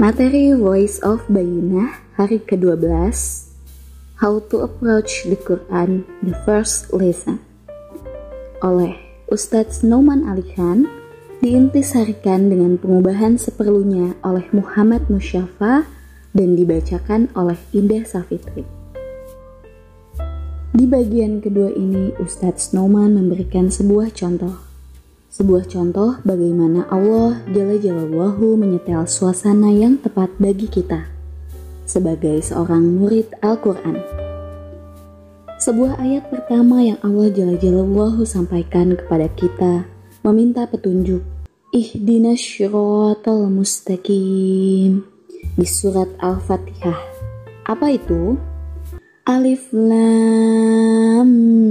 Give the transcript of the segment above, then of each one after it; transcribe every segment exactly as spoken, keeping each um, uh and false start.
Materi Voice of Bayyinah hari kedua belas, How to Approach the Quran, the First Lesson, oleh Ustadz Nouman Ali Khan, diintisarikan dengan pengubahan seperlunya oleh Muhammad Musyafa dan dibacakan oleh Indah Safitri. Di bagian kedua ini, Ustadz Nouman memberikan sebuah contoh. Sebuah contoh bagaimana Allah Jalla Jalaluhu menyetel suasana yang tepat bagi kita sebagai seorang murid Al-Quran. Sebuah ayat pertama yang Allah Jalla Jalaluhu sampaikan kepada kita meminta petunjuk. Ihdinas syiratal mustaqim di surat Al-Fatihah. Apa itu? Alif Lam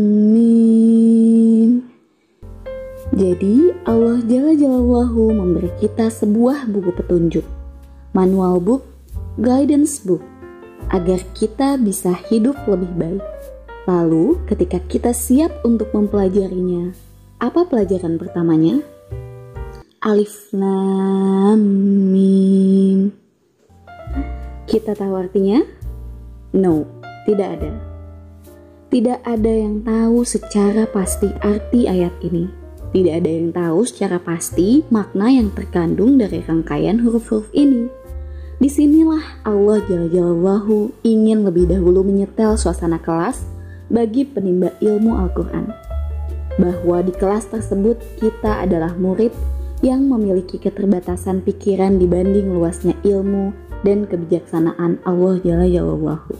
Mim. Jadi Allah Jalla Jalaluhu memberi kita sebuah buku petunjuk, manual book, guidance book, agar kita bisa hidup lebih baik. Lalu ketika kita siap untuk mempelajarinya, apa pelajaran pertamanya? Alif Lam Mim. Kita tahu artinya? No, tidak ada. Tidak ada yang tahu secara pasti arti ayat ini. Tidak ada yang tahu secara pasti makna yang terkandung dari rangkaian huruf-huruf ini. Disinilah Allah Jalla Jalaluhu ingin lebih dahulu menyetel suasana kelas bagi penimba ilmu Al-Quran. Bahwa di kelas tersebut kita adalah murid yang memiliki keterbatasan pikiran dibanding luasnya ilmu dan kebijaksanaan Allah Jalla Jalaluhu.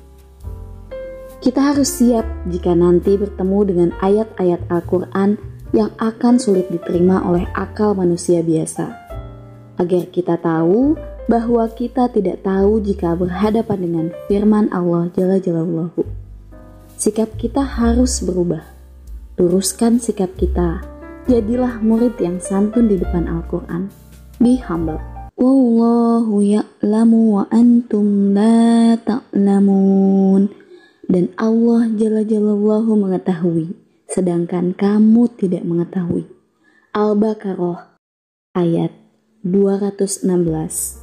Kita harus siap jika nanti bertemu dengan ayat-ayat Al-Quran yang akan sulit diterima oleh akal manusia biasa. Agar kita tahu bahwa kita tidak tahu jika berhadapan dengan firman Allah Jalla Jalaluhu. Sikap kita harus berubah. Luruskan sikap kita. Jadilah murid yang santun di depan Al-Quran. Be humble. Wallahu ya'lamu wa antum la ta'lamun. Dan Allah Jalla Jalaluhu mengetahui, sedangkan kamu tidak mengetahui. Al-Baqarah ayat dua ratus enam belas.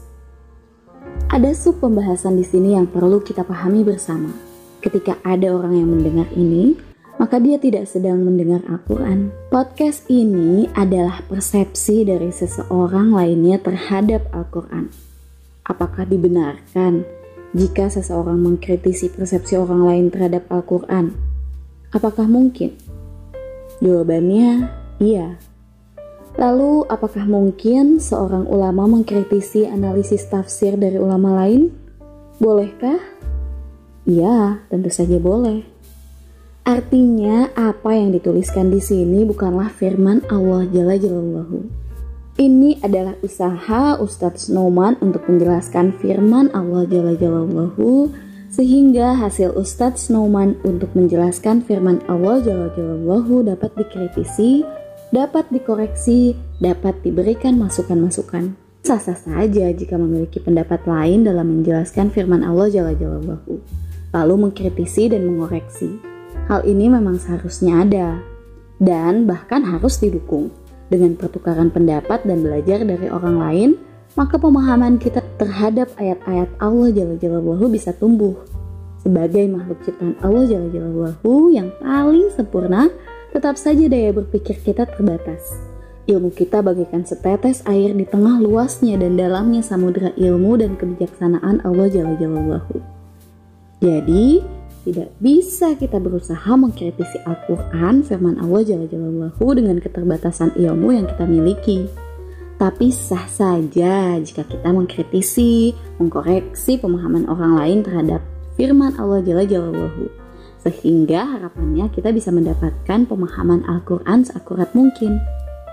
Ada sub pembahasan di sini yang perlu kita pahami bersama. Ketika ada orang yang mendengar ini, maka dia tidak sedang mendengar Al-Quran. Podcast ini adalah persepsi dari seseorang lainnya terhadap Al-Quran. Apakah dibenarkan jika seseorang mengkritisi persepsi orang lain terhadap Al-Quran? Apakah mungkin? Jawabannya iya. Lalu apakah mungkin seorang ulama mengkritisi analisis tafsir dari ulama lain? Bolehkah? Iya, tentu saja boleh. Artinya apa yang dituliskan di sini bukanlah firman Allah Jalla Jalaluhu. Ini adalah usaha Ustadz Nouman untuk menjelaskan firman Allah Jalla Jalaluhu, sehingga hasil Ustadz Nouman untuk menjelaskan firman Allah Jalla Jalaluhu dapat dikritisi, dapat dikoreksi, dapat diberikan masukan-masukan. Sah-sah saja jika memiliki pendapat lain dalam menjelaskan firman Allah Jalla Jalaluhu, lalu mengkritisi dan mengoreksi. Hal ini memang seharusnya ada, dan bahkan harus didukung. Dengan pertukaran pendapat dan belajar dari orang lain, maka pemahaman kita terhadap ayat-ayat Allah Jalla Jalaluhu bisa tumbuh. Sebagai makhluk ciptaan Allah Jalla Jalaluhu yang paling sempurna, tetap saja daya berpikir kita terbatas. Ilmu kita bagaikan setetes air di tengah luasnya dan dalamnya samudera ilmu dan kebijaksanaan Allah Jalla Jalaluhu. Jadi, tidak bisa kita berusaha mengkritisi Al-Quran, firman Allah Jalla Jalaluhu, dengan keterbatasan ilmu yang kita miliki. Tapi sah saja jika kita mengkritisi, mengkoreksi pemahaman orang lain terhadap firman Allah Jalla Jalaluhu, sehingga harapannya kita bisa mendapatkan pemahaman Al-Quran seakurat mungkin.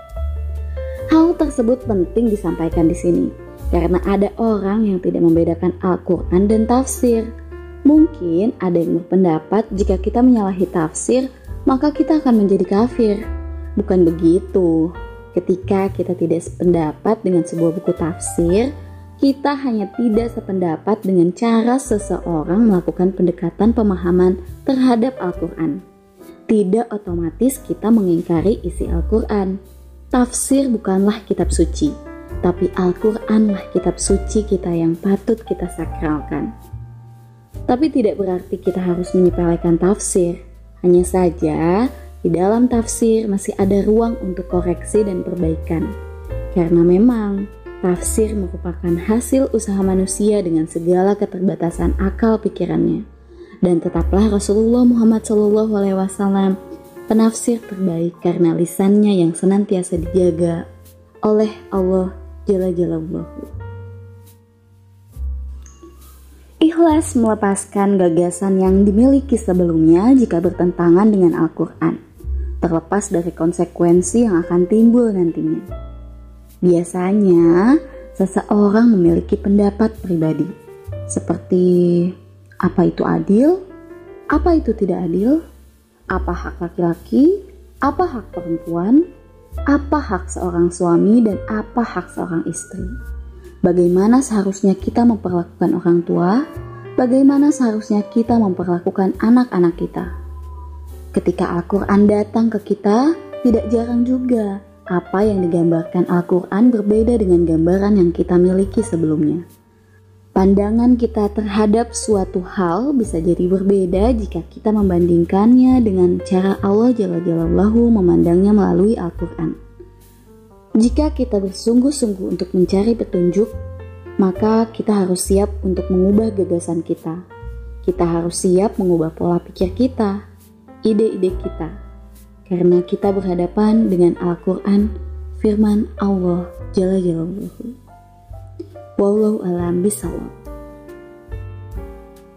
Hal tersebut penting disampaikan di sini, karena ada orang yang tidak membedakan Al-Quran dan tafsir. Mungkin ada yang berpendapat jika kita menyalahi tafsir, maka kita akan menjadi kafir. Bukan begitu. Ketika kita tidak sependapat dengan sebuah buku tafsir, kita hanya tidak sependapat dengan cara seseorang melakukan pendekatan pemahaman terhadap Al-Quran. Tidak otomatis kita mengingkari isi Al-Quran. Tafsir bukanlah kitab suci. tapi Al-Quranlah kitab suci kita yang patut kita sakralkan. Tapi tidak berarti kita harus menyepelekan tafsir. Hanya saja di dalam tafsir masih ada ruang untuk koreksi dan perbaikan. Karena memang tafsir merupakan hasil usaha manusia dengan segala keterbatasan akal pikirannya. Dan tetaplah Rasulullah Muhammad shallallahu alaihi wasallam penafsir terbaik karena lisannya yang senantiasa dijaga oleh Allah Jalla Jalaluhu. Ikhlas melepaskan gagasan yang dimiliki sebelumnya jika bertentangan dengan Al-Quran, terlepas dari konsekuensi yang akan timbul nantinya. Biasanya, seseorang memiliki pendapat pribadi, seperti apa itu adil, apa itu tidak adil, apa hak laki-laki, apa hak perempuan, apa hak seorang suami, dan apa hak seorang istri. Bagaimana seharusnya kita memperlakukan orang tua, bagaimana seharusnya kita memperlakukan anak-anak kita. Ketika Al-Quran datang ke kita, tidak jarang juga apa yang digambarkan Al-Quran berbeda dengan gambaran yang kita miliki sebelumnya. Pandangan kita terhadap suatu hal bisa jadi berbeda jika kita membandingkannya dengan cara Allah Jalla Jalaluhu memandangnya melalui Al-Quran. Jika kita bersungguh-sungguh untuk mencari petunjuk, maka kita harus siap untuk mengubah gagasan kita. Kita harus siap mengubah pola pikir kita, ide-ide kita. Karena kita berhadapan dengan Al-Quran, firman Allah Jalla Jalaluhu. Wallahu a'lam bishawab.